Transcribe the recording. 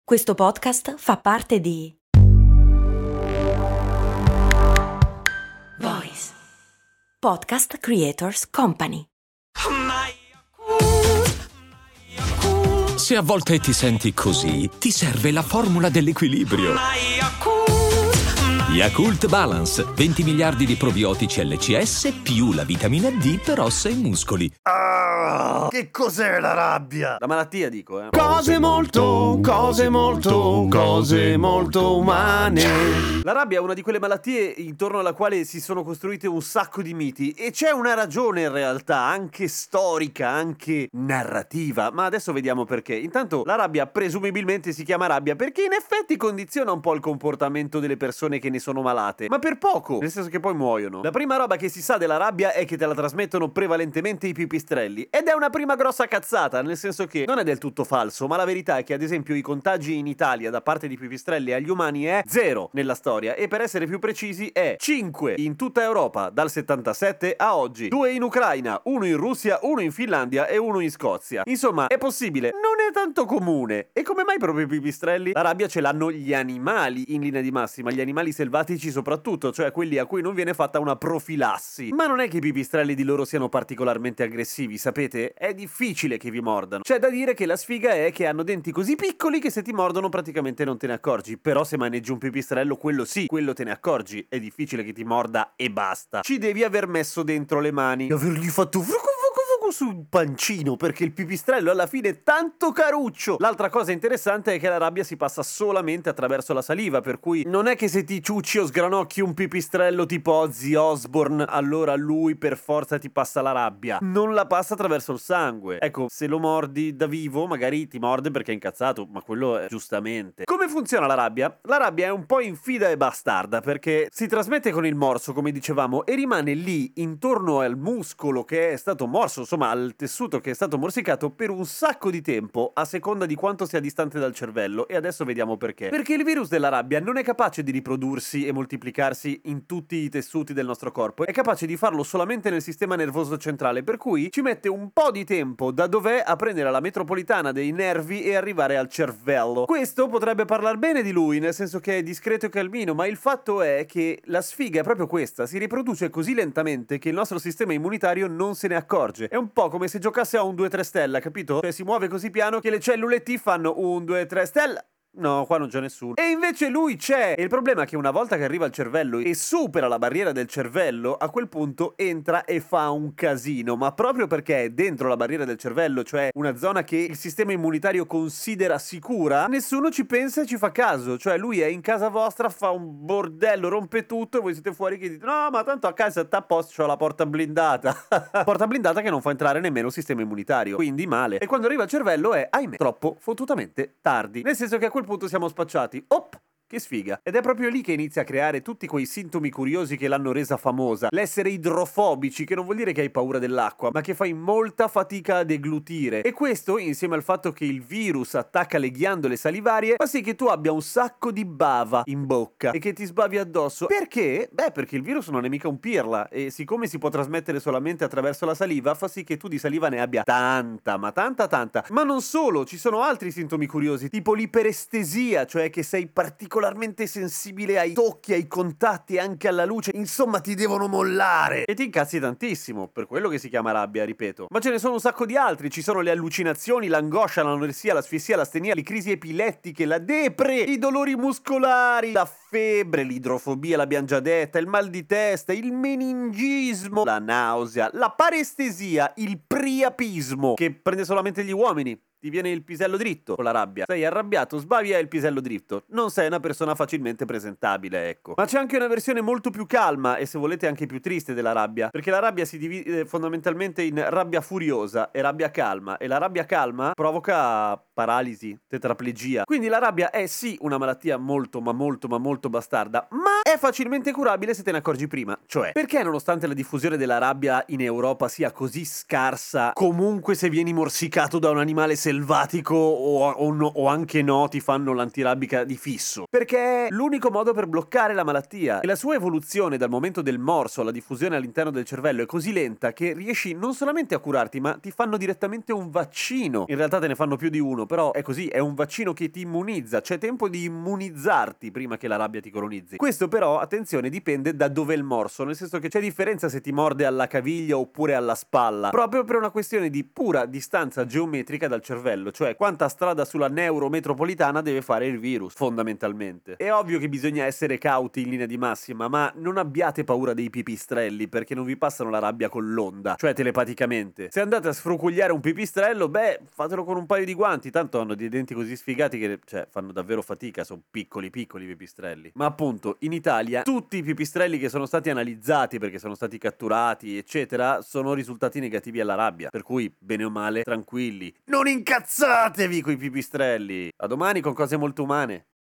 Questo podcast fa parte di Voice Podcast Creators Company. Se a volte ti senti così, ti serve la formula dell'equilibrio. Yakult Balance, 20 miliardi di probiotici LCS più la vitamina D per ossa e muscoli. Che cos'è la rabbia? La malattia, dico, Cose molto umane. La rabbia è una di quelle malattie intorno alla quale si sono costruite un sacco di miti, e c'è una ragione in realtà, anche storica, anche narrativa, ma adesso vediamo perché. Intanto la rabbia presumibilmente si chiama rabbia perché in effetti condiziona un po' il comportamento delle persone che ne sono malate, ma per poco, nel senso che poi muoiono. La prima roba che si sa della rabbia è che te la trasmettono prevalentemente i pipistrelli, ed è una prima grossa cazzata, nel senso che non è del tutto falso, ma la verità è che ad esempio i contagi in Italia da parte di pipistrelli agli umani è 0 nella storia, e per essere più precisi è 5 in tutta Europa dal 77 a oggi, 2 in Ucraina, 1 in Russia, 1 in Finlandia e 1 in Scozia. Insomma, è possibile, non è tanto comune. E come mai proprio i pipistrelli? La rabbia ce l'hanno gli animali in linea di massima, gli animali selvatici soprattutto, cioè quelli a cui non viene fatta una profilassi. Ma non è che i pipistrelli di loro siano particolarmente aggressivi, sapete? È difficile che vi mordano. C'è da dire che la sfiga è che hanno denti così piccoli che se ti mordono praticamente non te ne accorgi. Però se maneggi un pipistrello, quello sì, quello te ne accorgi. È difficile che ti morda e basta. Ci devi aver messo dentro le mani, avergli fatto sul pancino, perché il pipistrello alla fine è tanto caruccio. L'altra cosa interessante è che la rabbia si passa solamente attraverso la saliva, per cui non è che se ti ciucci o sgranocchi un pipistrello tipo Ozzy Osbourne, allora lui per forza ti passa la rabbia. Non la passa attraverso il sangue. Ecco, se lo mordi da vivo magari ti morde perché è incazzato, ma quello è giustamente. Come funziona la rabbia? La rabbia è un po' infida e bastarda, perché si trasmette con il morso, come dicevamo, e rimane lì intorno al muscolo che è stato morso, insomma al tessuto che è stato morsicato, per un sacco di tempo, a seconda di quanto sia distante dal cervello. E adesso vediamo perché. Perché il virus della rabbia non è capace di riprodursi e moltiplicarsi in tutti i tessuti del nostro corpo, è capace di farlo solamente nel sistema nervoso centrale, per cui ci mette un po' di tempo da dov'è a prendere la metropolitana dei nervi e arrivare al cervello. Questo potrebbe parlar bene di lui, nel senso che è discreto e calmino, ma il fatto è che la sfiga è proprio questa: si riproduce così lentamente che il nostro sistema immunitario non se ne accorge. È un po' come se giocasse a un 2-3 stella, capito? Cioè si muove così piano che le cellule T fanno 1-2-3 stella. No, qua non c'è nessuno. E invece lui c'è! E il problema è che una volta che arriva al cervello e supera la barriera del cervello, a quel punto entra e fa un casino. Ma proprio perché è dentro la barriera del cervello, cioè una zona che il sistema immunitario considera sicura, nessuno ci pensa e ci fa caso. Cioè lui è in casa vostra, fa un bordello, rompe tutto, e voi siete fuori che dite: no, ma tanto a casa sta a posto, c'ho la porta blindata. Porta blindata che non fa entrare nemmeno il sistema immunitario, quindi male. E quando arriva al cervello è, ahimè, troppo fottutamente tardi. Nel senso che a quel punto siamo spacciati. Op! Che sfiga. Ed è proprio lì che inizia a creare tutti quei sintomi curiosi che l'hanno resa famosa. L'essere idrofobici, che non vuol dire che hai paura dell'acqua, ma che fai molta fatica a deglutire. E questo, insieme al fatto che il virus attacca le ghiandole salivarie, fa sì che tu abbia un sacco di bava in bocca e che ti sbavi addosso. Perché? Beh, perché il virus non è mica un pirla, e siccome si può trasmettere solamente attraverso la saliva, fa sì che tu di saliva ne abbia tanta, ma tanta. Ma non solo, ci sono altri sintomi curiosi, tipo l'iperestesia, cioè che sei particolarmente sensibile ai tocchi, ai contatti, anche alla luce. Insomma, ti devono mollare e ti incazzi tantissimo, per quello che si chiama rabbia, ripeto. Ma ce ne sono un sacco di altri. Ci sono le allucinazioni, l'angoscia, l'anoressia, l'asfissia, l'astenia, le crisi epilettiche, la depre, i dolori muscolari, la febbre, l'idrofobia, l'abbiamo già detta, il mal di testa, il meningismo, la nausea, la parestesia, il priapismo, che prende solamente gli uomini. Ti viene il pisello dritto con la rabbia. Sei arrabbiato, sbavi e hai il pisello dritto. Non sei una persona facilmente presentabile, ecco. Ma c'è anche una versione molto più calma e, se volete, anche più triste della rabbia, perché la rabbia si divide fondamentalmente in rabbia furiosa e rabbia calma, e la rabbia calma provoca paralisi, tetraplegia. Quindi la rabbia è sì una malattia molto bastarda, ma è facilmente curabile se te ne accorgi prima. Cioè, perché nonostante la diffusione della rabbia in Europa sia così scarsa, comunque se vieni morsicato da un animale selvatico o anche no ti fanno l'antirabbica di fisso, perché è l'unico modo per bloccare la malattia, e la sua evoluzione dal momento del morso alla diffusione all'interno del cervello è così lenta che riesci non solamente a curarti, ma ti fanno direttamente un vaccino. In realtà te ne fanno più di uno, però è così, è un vaccino che ti immunizza, c'è tempo di immunizzarti prima che la rabbia ti colonizzi. Questo però, attenzione, dipende da dove è il morso, nel senso che c'è differenza se ti morde alla caviglia oppure alla spalla, proprio per una questione di pura distanza geometrica dal cervello, cioè quanta strada sulla neurometropolitana deve fare il virus, fondamentalmente. È ovvio che bisogna essere cauti in linea di massima, ma non abbiate paura dei pipistrelli, perché non vi passano la rabbia con l'onda, cioè telepaticamente. Se andate a sfrucugliare un pipistrello, beh, fatelo con un paio di guanti, tanto hanno dei denti così sfigati che, cioè, fanno davvero fatica, sono piccoli i pipistrelli. Ma appunto, in Italia, tutti i pipistrelli che sono stati analizzati, perché sono stati catturati, eccetera, sono risultati negativi alla rabbia, per cui, bene o male, tranquilli. Non incazzatevi coi pipistrelli! A domani con cose molto umane.